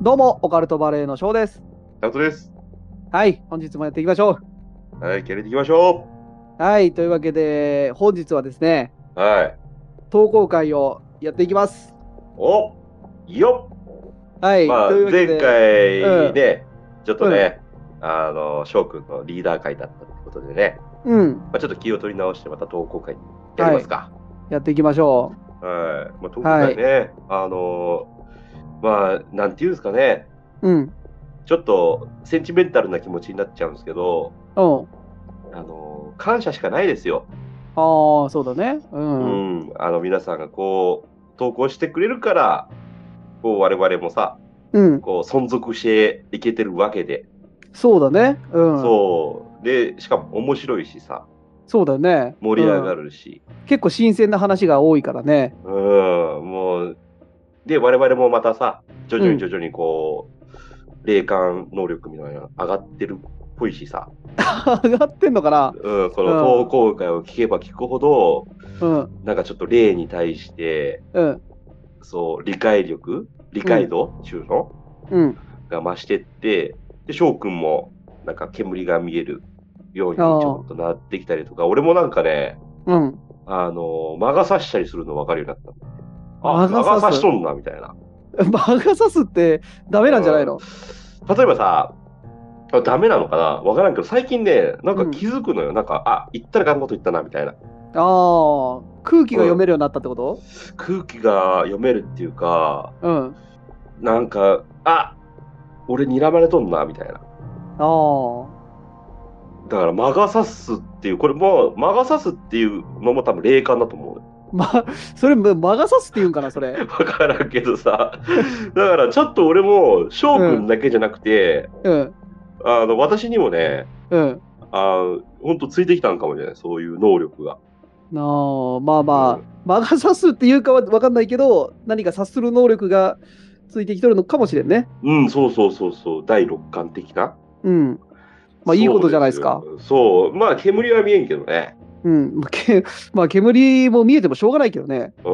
どうも、オカルトバレーの翔です。 タトです。 はい、本日もやっていきましょはい、気合い入れていきましょう。はい、というわけで、本日はですね、 う。はい。 投稿会をやっていきます。 お、いいよ。 はい、 まあ、 というわけ前で、 回ね、ちょっとうん、 ね、翔くんのリーダー会だったということでね、 うん、 ちょっと気を取り直してまた投稿会やりはい、 ますか。 やっていきましょはい。投う。 稿はい、 会ね、なんていうんですかね、 うん、 ちょっとセンチメンタルな気持ちになっちゃうんですけど、 うん、 感謝しかないですよ。 ああ、そうだね。うん、 皆さんがこう、投稿してくれるから、こう、我々もさ、 うん、 こう存続していけてるわけで、 そうだね。うん、 そうで、しかも面白いしさ、 そうだね。 盛り上がうん、 るし、 結構新鮮な話が多いからね。 もうで我々もまたさ、徐うん、 々に徐々にこう霊感能力みたいなの上がってるっぽいしさ、 上がってんのかな。 この投うん、 稿会を聞けば聞くほど、 うん、 なんかちょっと霊に対してうん、 そう理解うん、 度中のうん。 が増してって、で翔くんもなんか煙が見えるようにちょあっとなってきたりとか、俺もなんかね、 あ、うん。 魔が差したりするの分かるようになった。あ、 魔が魔が差す。 差しとんな、みたいな。 魔が差すってダメなんじゃないうん。 の？ 例えばさ、ダメなのかな分からんけど、最近ね、なんかうん。 気づくのよ。なんか、あ、言ったらかんこと言ったな、みたいな。 ああ、空気がうん。 読めるようになったってこと？ 空気が読めるっていうか、 うん。 なんか、あ、俺睨まれとんな、みたいな。 ああ。 だから魔が差すっていう、これも魔が差すっていうのも多分霊感だと思う。 ま、それ、魔が差すって言うんかな、それ。 わからんけどさ。だからちょっと俺も、翔くんうん。 だけじゃなくて、 うん。 私にもね、 うん。 ほんとついてきたんかもしれない、そういう能力が。 ああ、まあまあ、 うん。 魔が差すっていうかは分かんないけど、何か察する能力がついてきてるのかもしれんね。 うん、そうそうそうそう、第六感的な。 うん。まあ、いいことじゃそうですないですか。 よ。そう。まあ、煙は見えんけどね。 うん。まあ、煙も見えてもしょうがないけどね。 うん。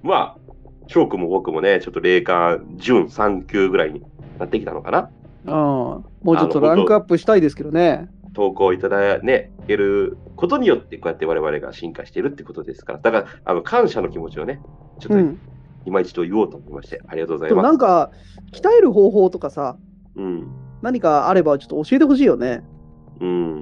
まあ、翔くんも僕もね、ちょっと霊感準3級ぐらいになってきたのかな。 うん。もうちょっとランクアッ本当プしたいですけどね。 投稿いただけることによって、こうやって我々が進化しているってことですから、だから、感謝の気持ちをね、ちょっとうん。 今一度言おうと思いまして、ありがとうございとます。 なんか、鍛える方法とかさ、 うん。 何かあればちょっと教えてほしいよね。 うん。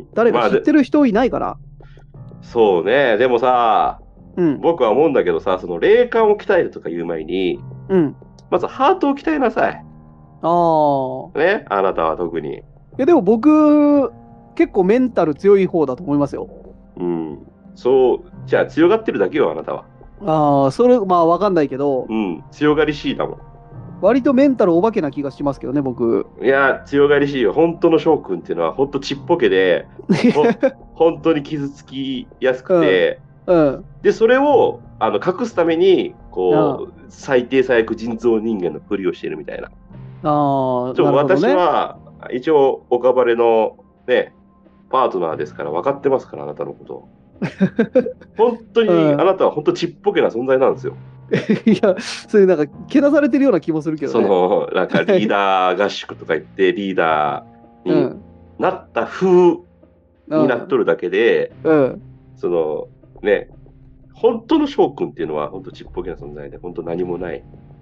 誰かまあ、 知ってる人いないかな？ そうね。でもさ、 うん、 僕は思うんだけどさ、その霊感を鍛えるとか言う前に、 うん。 まずハートを鍛えなさい。 ああ。 ね。あなたは特に。 いや、でも僕、結構メンタル強い方だと思いますよ。 うん。そう、じゃあ強がってるだけよ、あなたは。 ああ、それ、まあわかんないけど、 うん。強がりしいだも割とメンタルお化けな気がしますけどね、僕。 ん。いや、強がりしいよ。本当の翔くんっていうのは、本当ちっぽけで、本当に傷つきやすくうん、 て、 うん。 で、それを隠すために、 あ最低最悪人造人間のふりをしているみたいな。 あ、なるほど私ね。 は、一応、オカバレのね、パートナーですから分かってますから、あなたのこと。本当うに、あん。 なたは本当ちっぽけな存在なんですよ。 いや、そういうなんか、けなされてるような気もするけどね。 なんかリーダー合宿とか言って、リーダーにうん、 なった風うん、 になっとるだけで、 うん。 その、ね、本当の翔くんっていうのは本当ちっぽけな存在で、本当何もない。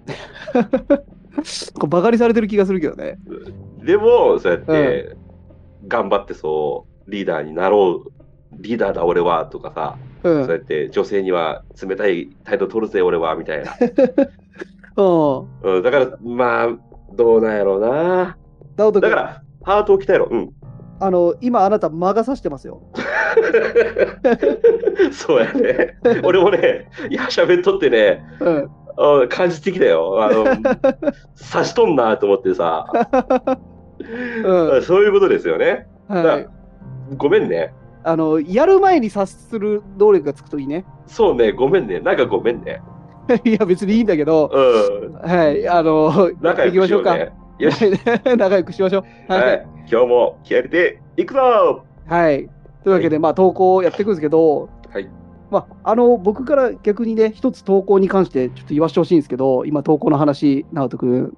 バカにされてる気がするけどね。 でも、そうやっうん、 て、頑張ってリーダーになろう、リーダーだ俺は、とかさ、 うん。 そうやって女性には冷たい態度取るぜ俺は、みたいな。 うん。 うん、だから、まあ、どうなんやろうな。 直人君、 だから、ハートを鍛えろ。うん。 今あなた魔が差してますよ。 そうやね。俺もね、いや、喋っとってね、 うん。 感じてきたよ。刺しとんなと思ってさ。 うん。 そういうことですよね。 はい。 ごめんね。 やる前に察する能力がつくといいね。 そうね、ごめんね。なんかごめんね。 いや、別にいいんだけど、 うん。 はい。やってい仲良くきましょうか。 しようね。よし。 仲良くしましょう。はい。 はい。今日も気合い入れていくぞ。 はい。というはい。 わけで、まあ、投稿をやっていくんですけど、 はい。 まあ、僕から逆にね、一つ投稿に関してちょっと言わせてほしいんですけど、今、投稿の話、直人君。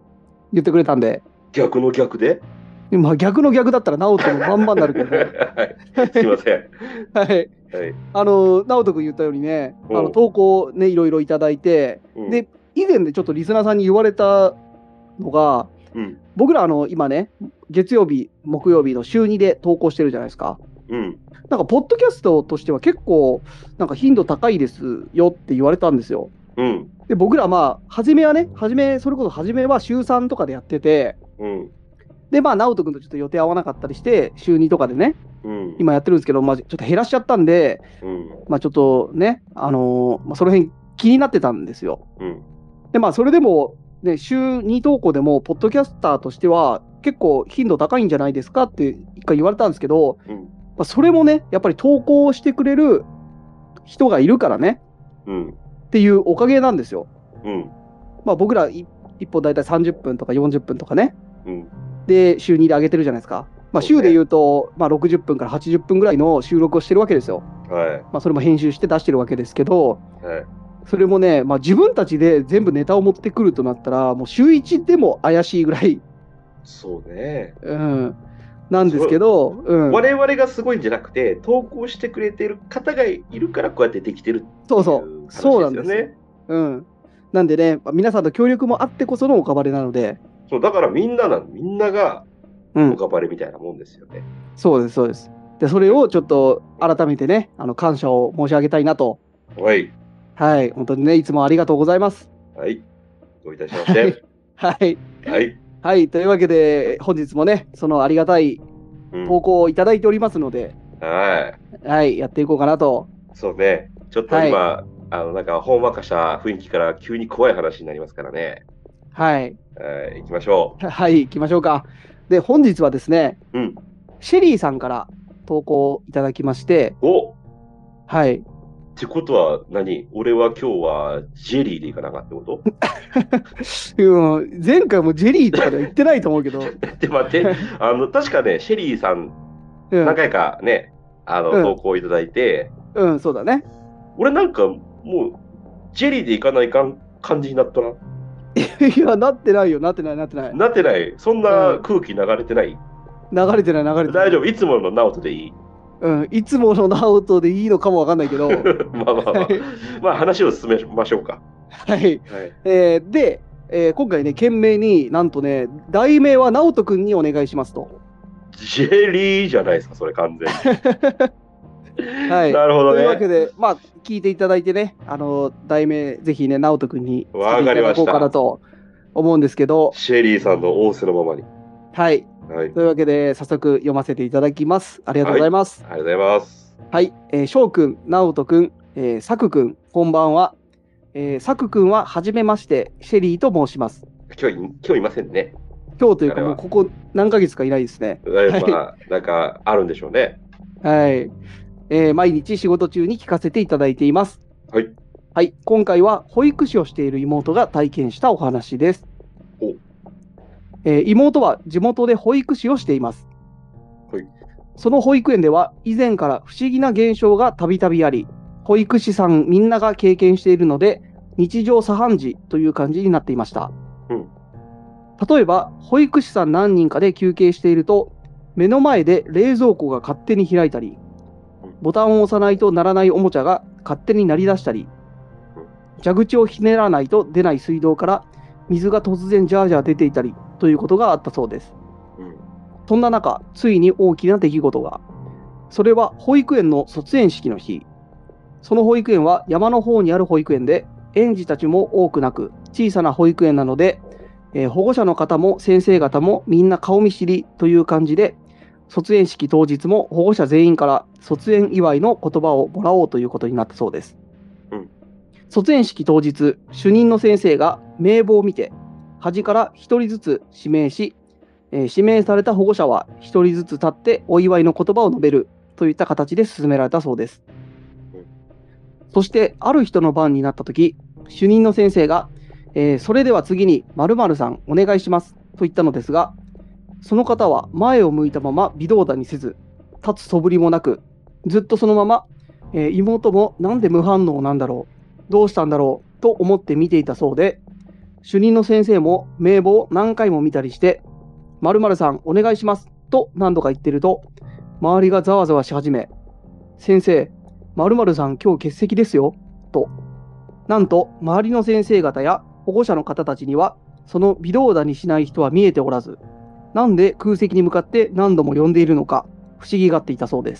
言ってくれたんで、 逆の逆でまあ逆の逆だったら直人もバンバンになるけどね。 はい。すいません。 はい。 はい。 直人君言ったようにね、 うん。 投稿ね、いろいろいただいて、 うん。 で、以前でちょっとリスナーさんに言われたのが、 うん。 僕ら今ね、月曜日、木曜日の週2で投稿してるじゃないですか。 うん。 なんか、ポッドキャストとしては結構、なんか頻度高いですよって言われたんですよ。 うん。 で、僕ら初めはね、それこそ初めは週3とかでやってて、 うん。 で、直人君とちょっと予定合わなかったりして、週2とかでね、 うん。 今やってるんですけど、ちょっと減らしちゃったんで、 うん。 ちょっとね、その辺気になってたんですよ。 うん。 で、それでも、ね、週2投稿でも、ポッドキャスターとしては、結構頻度高いんじゃないですかって一回言われたんですけど、 うんそれもね、やっぱり投稿してくれる人がいるからね、 うんっていうおかげなんですよ。 うん。 僕ら一本大体30分とか40分とかね、 うん。 で、週2で上げてるじゃないですか。週で言うと、60分から80分ぐらいの収録をしてるわけですよ。 はい。 それも編集して出してるわけですけど、 はい。 それもね、自分たちで全部ネタを持ってくるとなったら、もう週1でも怪しいぐらい、 そうね。 なんですけど、 我々がすごいんじゃなくて、投稿してくれてる方がいるからこうやってできてるっていうそうなんです話ですよね。 なんでね、皆さんの協力もあってこそのオカバレなので。 そう、だからみんながオカバレみたいなもんですよね。 そうです、そうです。で、それをちょっと改めてね、感謝を申し上げたいなと。 はい。 はい、本当にね、いつもありがとうございます。 はい。どういたしまして。 はい。 はい。 はい、というわけで、本日もね、そのありがたい投稿をいただいておりますので、 はい。 やっていこうかなと。 そうね。ちょっと今、なんか、ほんわかした雰囲気から急に怖い話になりますからね。 はい。 行きましょう。 はい、行きましょうか。で、本日はですね、 うん。 シェリーさんから投稿いただきまして、はい。 ってことは俺は今日はジェリーでいかなかってこと前回もジェリーとかでは言ってないと思うけど。 で、待って、確かね、シェリーさん、何回かね、投稿いただいて、 そうだね。 俺なんかもう、ジェリーでいかないかん感じになったな。 いや、なってないよ、なってない。 なってない。そんな空気流れてない。 流れてない。 大丈夫。いつものナオトでいい。 いつものナオトでいいのかもわかんないけど。 まあ話を進めましょうか。 はい。で、今回ね、懸命になんとね、題名はナオト君にお願いしますと。 ジェリーじゃないですか、それ完全に。 はい。 なるほどね。 というわけで、聞いていただいてね、題名、ぜひね、ナオト君にわかりました。いただこうかなと思うんですけど。 シェリーさんの仰せのままに。 はい。というわけで、早速読ませていただきます。ありがとうございます。 ありがとうございます。 はい。翔くん、ナオトくん、サクくん、こんばんは。サクくんは、はじめまして、シェリーと申します。 今日いませんね。 今日というか、もうここ何ヶ月かいないですね。 なんかあるんでしょうね。 はい。毎日仕事中に聞かせていただいています。 はい。 はい。今回は保育士をしている妹が体験したお話です。妹は地元で保育士をしています。 はい。 その保育園では以前から不思議な現象がたびたびあり、保育士さんみんなが経験しているので、日常茶飯事という感じになっていました。例えば、保育士さん何人かで休憩していると、目の前で冷蔵庫が勝手に開いたり、ボタンを押さないと鳴らないおもちゃが勝手に鳴り出したり、蛇口をひねらないと出ない水道から水が突然ジャージャー出ていたりということがあったそうです。そんな中、ついに大きな出来事が。それは保育園の卒園式の日。その保育園は山の方にある保育園で、園児たちも多くなく、小さな保育園なので、保護者の方も先生方もみんな顔見知りという感じで、卒園式当日も保護者全員から卒園祝いの言葉をもらおうということになったそうです。卒園式当日、主任の先生が名簿を見て、端から1人ずつ指名し、指名された保護者は1人ずつ立ってお祝いの言葉を述べるといった形で進められたそうです。そしてある人の番になったとき、主任の先生が、それでは次に〇〇さんお願いしますと言ったのですが、その方は前を向いたまま微動だにせず、立つ素振りもなく、ずっとそのまま、妹もなんで無反応なんだろう、どうしたんだろうと思って見ていたそうで、 主任の先生も名簿を何回も見たりして、〇〇さんお願いしますと何度か言ってると、周りがざわざわし始め、先生、〇〇さん今日欠席ですよ、と。なんと、周りの先生方や保護者の方たちには、その微動だにしない人は見えておらず、なんで空席に向かって何度も呼んでいるのか、不思議がっていたそうです。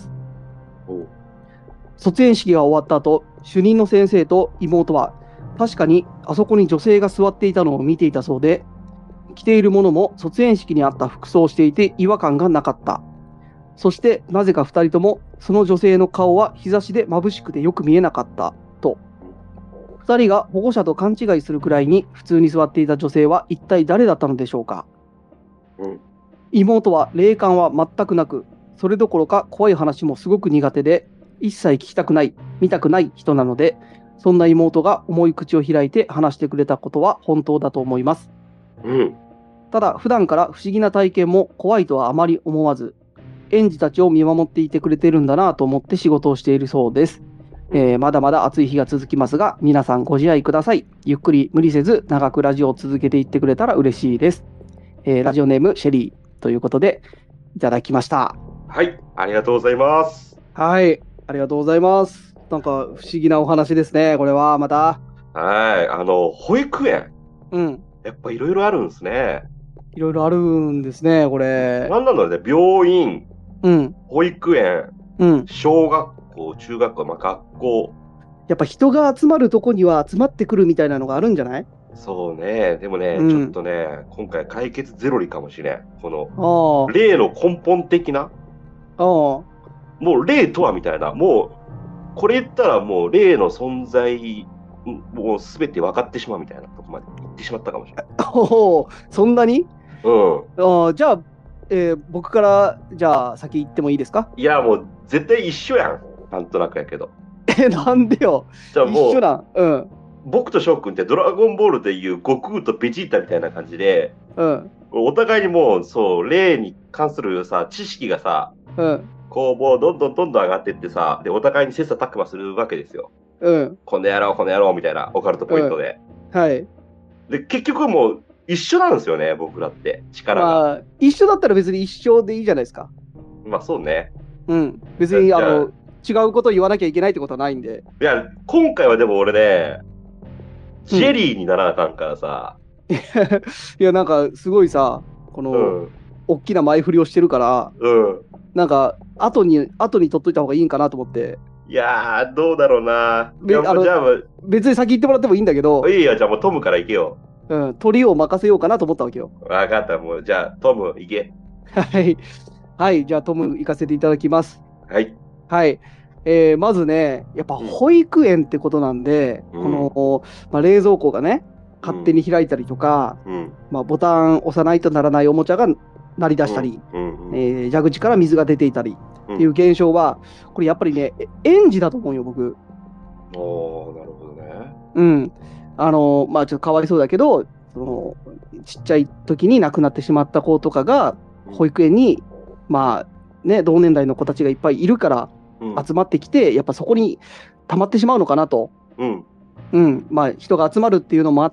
卒園式が終わった後、主任の先生と妹は、確かにあそこに女性が座っていたのを見ていたそうで、着ているものも卒園式にあった服装をしていて違和感がなかった。そしてなぜか2人ともその女性の顔は日差しで眩しくてよく見えなかったと。2人が保護者と勘違いするくらいに普通に座っていた女性は一体誰だったのでしょうか。妹は霊感は全くなく、それどころか怖い話もすごく苦手で、一切聞きたくない、見たくない人なので、そんな妹が重い口を開いて話してくれたことは本当だと思います。ただ、普段から不思議な体験も怖いとはあまり思わず、園児たちを見守っていてくれてるんだなと思って仕事をしているそうです。まだまだ暑い日が続きますが、皆さんご自愛ください。ゆっくり無理せず長くラジオを続けていってくれたら嬉しいです。ラジオネームシェリーということでいただきました。 はい、ありがとうございます。 はい、ありがとうございます。なんか不思議なお話ですね、これはまた。 はい、保育園。やっぱいろいろあるんですね。 いろいろあるんですね、これ。 なんなのね、病院、保育園、小学校、中学校、学校。 やっぱ人が集まるとこには集まってくるみたいなのがあるんじゃない？ そうね。でもね、ちょっとね、今回解決ゼロリかもしれん。この、霊の根本的な、もう霊とはみたいな、もう、これ言ったらもう霊の存在、もうすべて分かってしまうみたいなとこまで行ってしまったかもしれない。 そんなに？じゃあ、僕からじゃあ先行ってもいいですか？ いや、もう絶対一緒やん。なんとなくやけど。 なんでよ。じゃあもう、一緒なん。 僕と翔くんってドラゴンボールでいう悟空とベジータみたいな感じで、お互いにもう、そう、霊に関するさ、知識がさ、こう、もうどんどん上がっていってさ、で、お互いに切磋琢磨するわけですよ。この野郎、みたいな、オカルトポイントで。で、結局もう、一緒なんですよね、僕らって、力が。 まあ、一緒だったら別に一緒でいいじゃないですか。 まあ、そうね。 別に、違うことを言わなきゃいけないってことはないんで。 いや、今回はでも俺ね、ジェリーにならなあかんからさ。 いや、なんか、すごいさ、この、大きな前振りをしてるから、なんか、後に取っといた方がいいんかなと思って。 いやー、どうだろうな。じゃあ別に先行ってもらってもいいんだけど。 いいよ、じゃあもうトムから行けよ。 鳥を任せようかなと思ったわけよ。 わかった、もう、じゃあ、トム行け。 はい。はい、じゃあトム行かせていただきます。 はい。 はい。まずね、やっぱ保育園ってことなんで、この、冷蔵庫がね、勝手に開いたりとか、ボタン押さないとならないおもちゃが鳴り出したり、蛇口から水が出ていたりっていう現象は、これやっぱりね、園児だと思うよ、僕。 なるほどね。 ちょっとかわいそうだけど、ちっちゃい時に亡くなってしまった子とかが、保育園に、同年代の子たちがいっぱいいるから、集まってきて、やっぱそこに溜まってしまうのかなと。人が集まるっていうのもあって、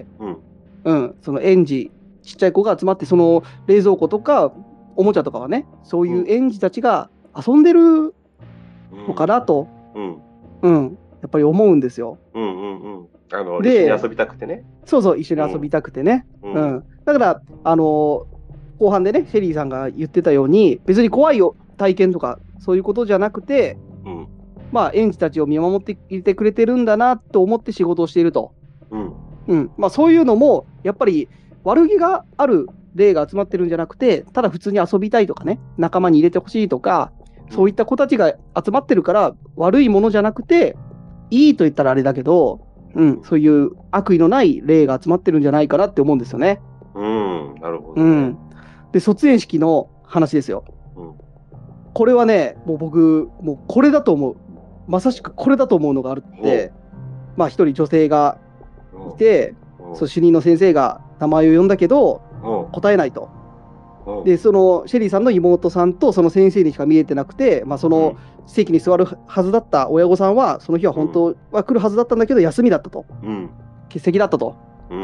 その園児、ちっちゃい子が集まって、その冷蔵庫とかおもちゃとかはね、そういう園児たちが遊んでるのかなと、やっぱり思うんですよ。 一緒に遊びたくてね。 そう、一緒に遊びたくてね。だから、後半でね、シェリーさんが言ってたように、別に怖い体験とか、そういうことじゃなくて、園児たちを見守っていてくれてるんだなと思って仕事をしていると。そういうのも、やっぱり悪気がある霊が集まってるんじゃなくて、ただ普通に遊びたいとかね、仲間に入れてほしいとか、そういった子たちが集まってるから悪いものじゃなくて、いいと言ったらあれだけど、そういう悪意のない霊が集まってるんじゃないかなって思うんですよね。 なるほど、ね。 で、卒園式の話ですよ。これはね、もう僕、もうこれだと思う。まさしくこれだと思うのがあるって、一人女性がいて、主任の先生が名前を呼んだけど、答えないと。で、そのシェリーさんの妹さんとその先生にしか見えてなくて、その席に座るはずだった親御さんは、その日は本当は来るはずだったんだけど、休みだったと。欠席だったと。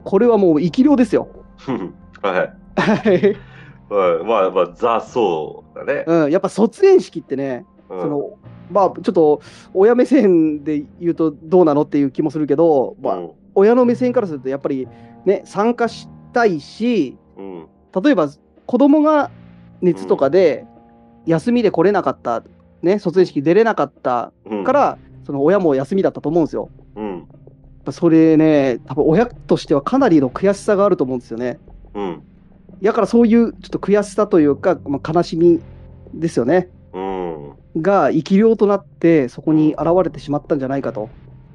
これはもう生き量ですよ。 はい。まあ、ザ・そうだね。 やっぱ卒園式ってね、ちょっと親目線で言うとどうなのっていう気もするけど、親の目線からするとやっぱりね、参加したいし、例えば子供が熱とかで休みで来れなかった、ね、卒園式出れなかったから、その親も休みだったと思うんですよ。それね、多分親としてはかなりの悔しさがあると思うんですよね。だからそういうちょっと悔しさというか、悲しみですよね。が生き量となってそこに現れてしまったんじゃないかと。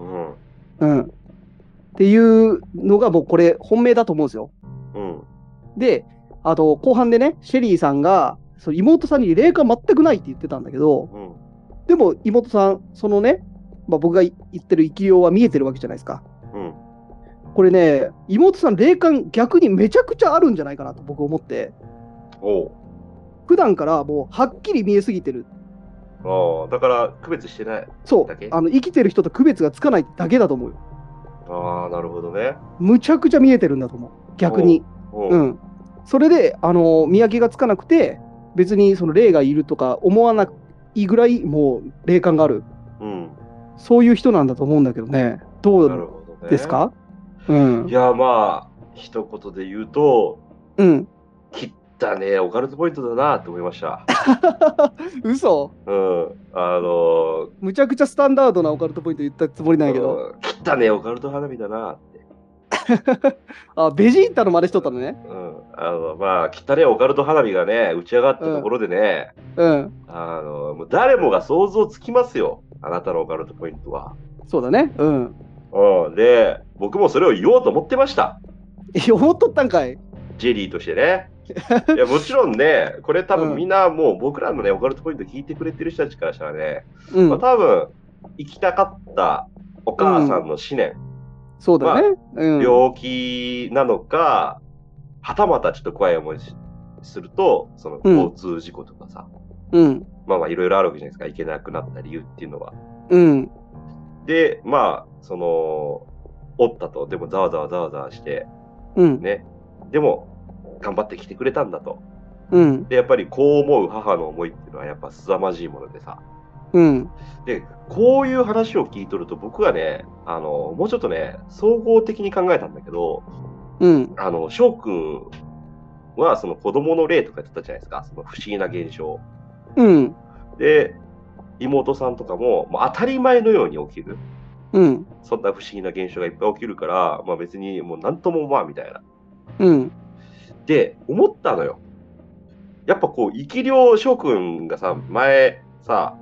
っていうのがもうこれ本命だと思うんですよ。で、あと後半でね、シェリーさんがその妹さんに霊感全くないって言ってたんだけど、でも妹さん、そのね、僕が言ってる生き量は見えてるわけじゃないですか。これね、妹さん霊感逆にめちゃくちゃあるんじゃないかなと僕思って。普段からもうはっきり見えすぎてる。 だから区別してないそう、生きてる人と区別がつかないだけだと思うよ。 なるほどね。 むちゃくちゃ見えてるんだと思う、逆に。それで見分けがつかなくて、別にその霊がいるとか思わないぐらいもう霊感がある、そういう人なんだと思うんだけどね。どうですか？ いや、まあ一言で言うと、だね、オカルトポイントだなって思いました。 嘘？むちゃくちゃスタンダードなオカルトポイント言ったつもりなんやけど。 だね、オカルト花火だなって。 ベジータの真似しとったのね。 まあ、汚ねオカルト花火がね、打ち上がったところでね、もう誰もが想像つきますよ、あなたのオカルトポイントは。 そうだね。 で、僕もそれを言おうと思ってました。 思っとったんかい。 ジェリーとしてね。いやもちろんね、これ多分みんなもう僕らのね、オカルトポイント聞いてくれてる人たちからしたらね、多分行きたかったお母さんの思念、 そうだね、 病気なのか、はたまたちょっと怖い思いすると、その交通事故とかさ、まあいろいろあるわけじゃないですか、行けなくなった理由っていうのは。で、まあ、おったと、でもざわざわして、ね、でも、頑張ってきてくれたんだと。で、やっぱりこう思う母の思いっていうのはやっぱ凄まじいものでさ。で、こういう話を聞いとると僕はね、もうちょっとね、総合的に考えたんだけど、翔くんはその子供の霊とか言ってたじゃないですか、その不思議な現象。で、妹さんとかも、当たり前のように起きる。そんな不思議な現象がいっぱい起きるから、別にもう何ともみたいな。で、思ったのよ。やっぱこう、生き量翔くんがさ、前さ、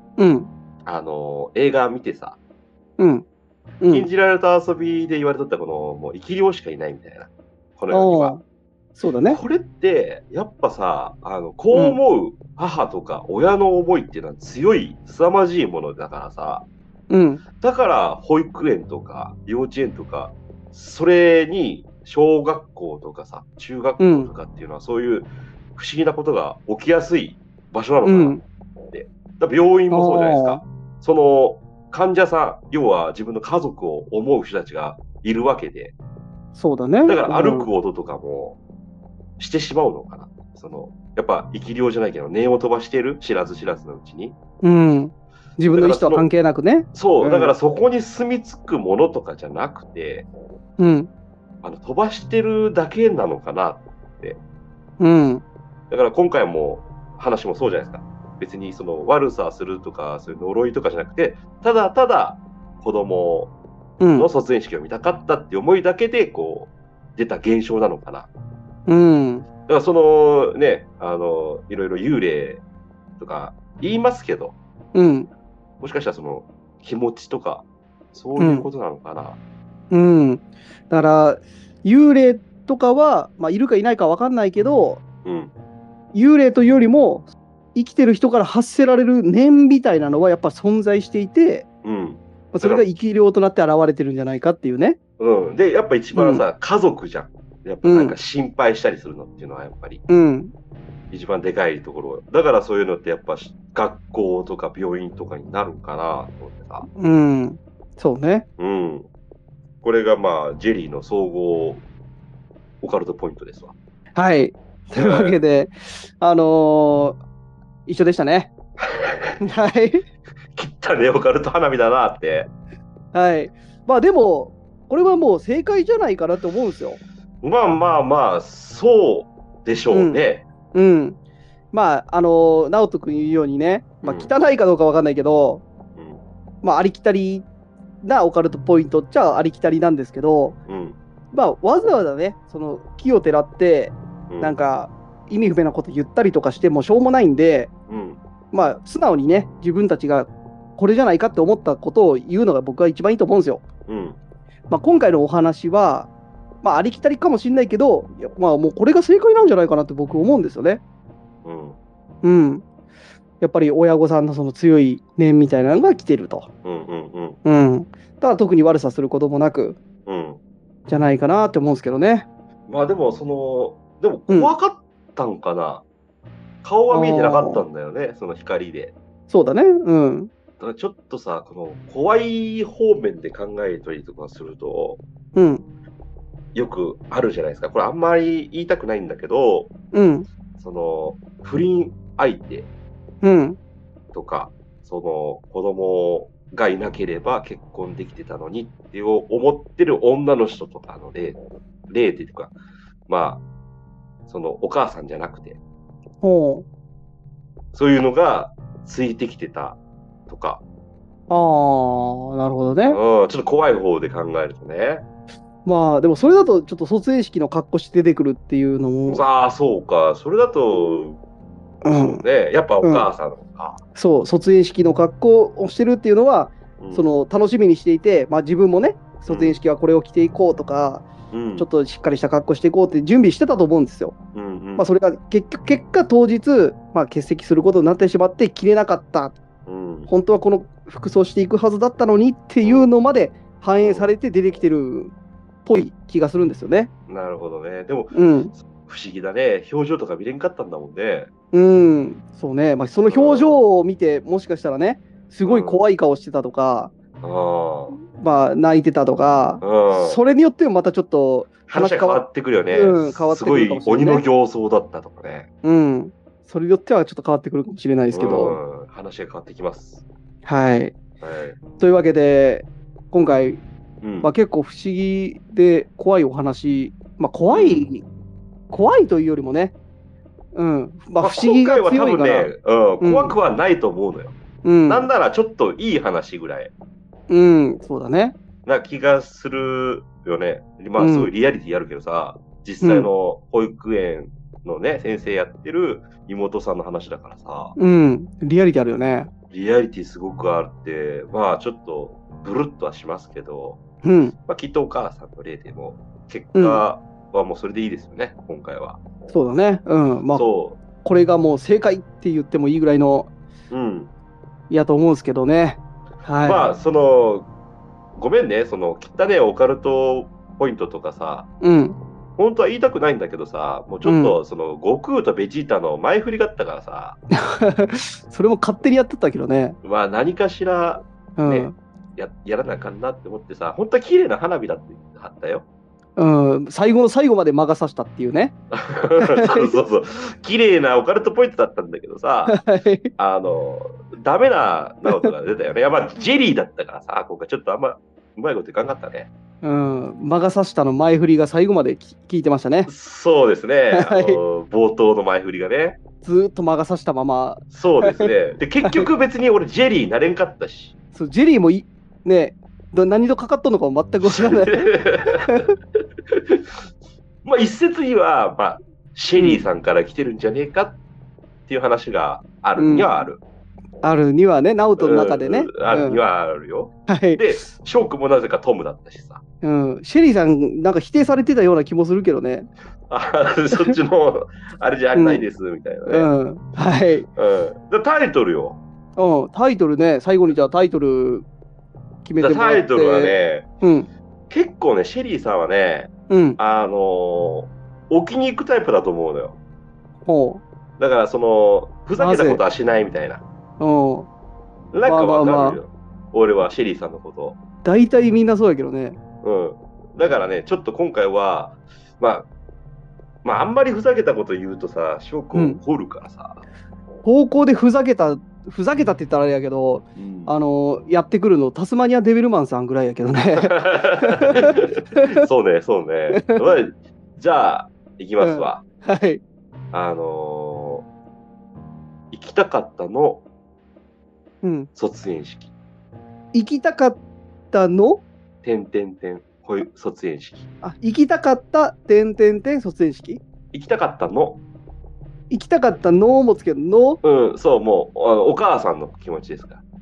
映画見てさ、禁じられた遊びで言われとったこの、もう生き量しかいないみたいな。この世には。 そうだね。 これって、やっぱさ、こう思う母とか親の思いっていうのは強い、凄まじいものだからさ、だから保育園とか幼稚園とか、それに小学校とかさ、中学校とかっていうのはそういう不思議なことが起きやすい場所なのかなって。病院もそうじゃないですか。その患者さん、要は自分の家族を思う人たちがいるわけで。 そうだね。 だから歩く音とかもしてしまうのかな。やっぱ生き量じゃないけど、念を飛ばしてる、知らず知らずのうちに。 自分の意思とは関係なくね。 そう、だからそこに住み着くものとかじゃなくて、飛ばしてるだけなのかなって。だから今回も話もそうじゃないですか。別にその悪さするとか、そういう呪いとかじゃなくて、ただただ子供の卒園式を見たかったって思いだけで、こう、出た現象なのかな。だからそのね、いろいろ幽霊とか言いますけど、もしかしたらその気持ちとか、そういうことなのかな。 だから、幽霊とかは、いるかいないか分かんないけど、幽霊というよりも、生きてる人から発せられる念みたいなのはやっぱ存在していて、それが生き量となって現れてるんじゃないかっていうね。 で、やっぱ一番さ、家族じゃん。やっぱなんか心配したりするのっていうのはやっぱり、一番でかいところ。だからそういうのってやっぱ学校とか病院とかになるかなと思ってさ。 そうね。 これがジェリーの総合オカルトポイントですわ。 はい。というわけで、一緒でしたね。はい。 汚ねオカルト花火だなって。 はい。まあでも、これはもう正解じゃないかなって思うんですよ。 まあまあまあ、そうでしょうね。 うん。まあ、直人君言うようにね、まあ、汚いかどうかわかんないけど、まあ、ありきたりなオカルトポイントっちゃありきたりなんですけど、まあ、わざわざね、その木をてらって、なんか意味不明なこと言ったりとかしてもしょうもないんで、まあ、素直にね、自分たちがこれじゃないかって思ったことを言うのが僕は一番いいと思うんですよ。まあ、今回のお話は、まあ、ありきたりかもしれないけど、まあ、もうこれが正解なんじゃないかなって僕思うんですよね。やっぱり親御さんのその強い念みたいなのが来てると。ただ特に悪さすることもなく、じゃないかなって思うんですけどね。 まあでも、でも怖かったんかな。顔は見えてなかったんだよね、その光で。 そうだね。だからちょっとさ、この怖い方面で考えたりとかすると、よくあるじゃないですか。これあんまり言いたくないんだけど、その不倫相手とか、その子供がいなければ結婚できてたのにって思ってる女の人とかの例っていうか、まあ、そのお母さんじゃなくて、そういうのがついてきてたとか。 ああ、なるほどね。 ちょっと怖い方で考えるとね。 まあ、でもそれだとちょっと卒園式の格好して出てくるっていうのも。 ああ、そうか。それだと、そうね。やっぱお母さんか。 そう、卒園式の格好をしてるっていうのは、その楽しみにしていて、まあ自分もね、卒園式はこれを着ていこうとか、ちょっとしっかりした格好していこうって準備してたと思うんですよ。まあそれが結果当日、まあ、欠席することになってしまって着れなかった。本当はこの服装していくはずだったのにっていうのまで反映されて出てきてるっぽい気がするんですよね。 なるほどね。でも、不思議だね。表情とか見れんかったんだもんね。 そうね。まあ、その表情を見て、もしかしたらね、すごい怖い顔してたとか、まあ、泣いてたとか、それによってもまたちょっと話が変わってくるよね。変わってくるかもしれない。すごい鬼の形相だったとかね。 それによってはちょっと変わってくるかもしれないですけど。 話が変わってきます。 はい。というわけで、今回、まあ、結構不思議で怖いお話、まあ、怖いというよりもね、まあ、不思議が強いから。今回は多分ね、 怖くはないと思うのよ。なんならちょっといい話ぐらい。 そうだね。 な気がするよね。まあ、すごいリアリティあるけどさ、実際の保育園のね、先生やってる妹さんの話だからさ。 リアリティあるよね。 リアリティすごくあって、まあちょっとブルッとはしますけど、まあきっとお母さんの例でも、結果はもうそれでいいですよね、今回は。 そうだね。まあ、これがもう正解って言ってもいいぐらいの、やと思うんですけどね。はい。 まあ、ごめんね、汚ねオカルトポイントとかさ、本当は言いたくないんだけどさ、もうちょっと悟空とベジータの前振りがあったからさ。 それも勝手にやってたけどね。 まあ何かしら、ね、やらなあかんなって思ってさ、本当は綺麗な花火だってあったよ。 最後の最後まで魔が差したっていうね。 そう綺麗なオカルトポイントだったんだけどさ、ダメなナオトが出たよね。やっぱジェリーだったからさ、今回ちょっとあんまうまいこといかんかったね。 魔が差したの前振りが最後まで聞いてましたね。 そうですね。冒頭の前振りがね。 ずっと魔が差したまま。 そうですね。で、結局別に俺ジェリーになれんかったし。 そう、ジェリーもね、何とかかっとんのかも全く知らない。 まあ一説には、まあ、シェリーさんから来てるんじゃねえかっていう話があるにはある。 あるにはね、ナオトの中でね。 あるにはあるよ。 はい。 で、ショークもなぜかトムだったしさ。 シェリーさん、なんか否定されてたような気もするけどね。 そっちの、あれじゃないです、みたいなね。 はい。 タイトルよ。 タイトルね、最後にじゃあタイトル決めてもらって。 タイトルはね、結構ね、シェリーさんはね、置きに行くタイプだと思うのよ。だから、ふざけたことはしないみたいな。なんかわかるよ。俺はシェリーさんのこと。 大体みんなそうやけどね。 だからね、ちょっと今回は、まあ、 まあ、あんまりふざけたこと言うとさ、翔くん怒るからさ。 高校でふざけたって言ったらあれやけど、やってくるのタスマニアデビルマンさんぐらいやけどね。 そうね、そうね。じゃあ、いきますわ。 はい。 行きたかったの、卒園式。 行きたかったの卒園式。 行きたかった卒園式。 行きたかったの。 行きたかったのもつけどの。 そう、もうお母さんの気持ちですから。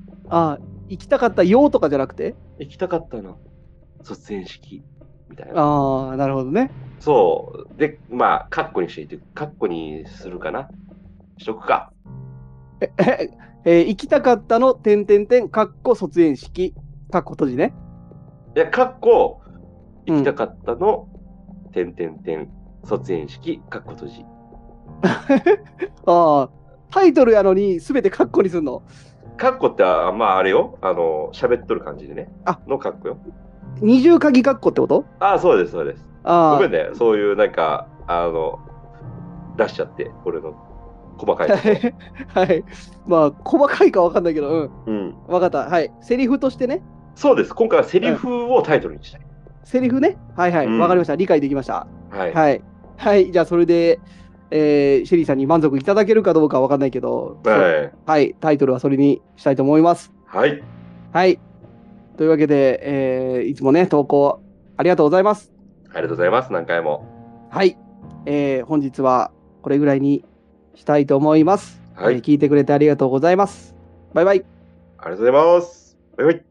行きたかったよとかじゃなくて、 行きたかったの卒園式みたいな。 なるほどね。 そうで、まあカッコにしていて、カッコにするかな、しとくか。 行きたかったのカッコ卒園式カッコ閉じね。 いや、カッコ行きたかったの、卒園式カッコ閉じ。 タイトルやのに全てカッコにするの。 カッコって、まああれよ、喋っとる感じでね。のカッコよ。 二重鍵カッコってこと？ そうです、そうです。ごめんね、そういうなんか、出しちゃって、俺の細かい。 はい。まあ、細かいか分かんないけど、分かった。はい。セリフとしてね。 そうです。今回はセリフをタイトルにしたい。 セリフね。はいはい。分かりました。理解できました。 はい。 はい。はい。じゃあ、それで、シェリーさんに満足いただけるかどうかは分かんないけど、はい。タイトルはそれにしたいと思います。 はい。 はい。というわけで、いつもね、投稿ありがとうございます。 ありがとうございます。何回も。 はい。本日はこれぐらいにしたいと思います。はい。聞いてくれてありがとうございます。バイバイ。 ありがとうございます。バイバイ。